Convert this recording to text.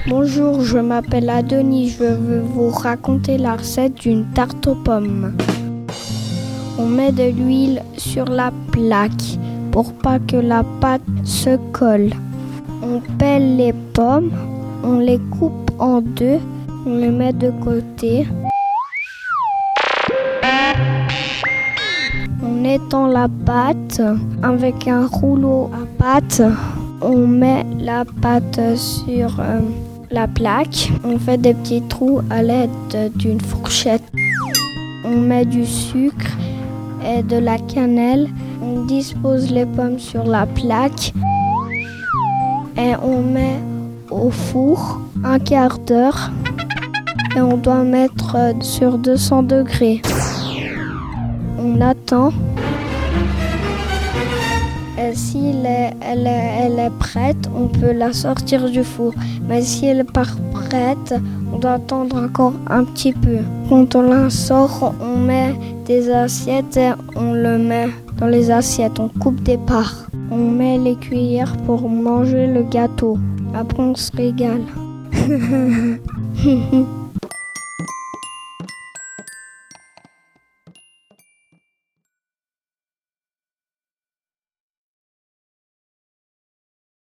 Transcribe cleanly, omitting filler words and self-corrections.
Bonjour, je m'appelle Adonis, je vais vous raconter la recette d'une tarte aux pommes. On met de l'huile sur la plaque pour pas que la pâte se colle. On pèle les pommes, on les coupe en deux, on les met de côté. On étend la pâte avec un rouleau à pâte. On met la pâte sur la plaque. On fait des petits trous à l'aide d'une fourchette. On met du sucre et de la cannelle. On dispose les pommes sur la plaque et on met au four un quart d'heure. Et on doit mettre sur 200 degrés. On attend. Et si elle est prête, on peut la sortir du four. Mais si elle n'est pas prête, on doit attendre encore un petit peu. Quand on la sort, on met des assiettes et on le met dans les assiettes. On coupe des parts. On met les cuillères pour manger le gâteau. Après, on se régale.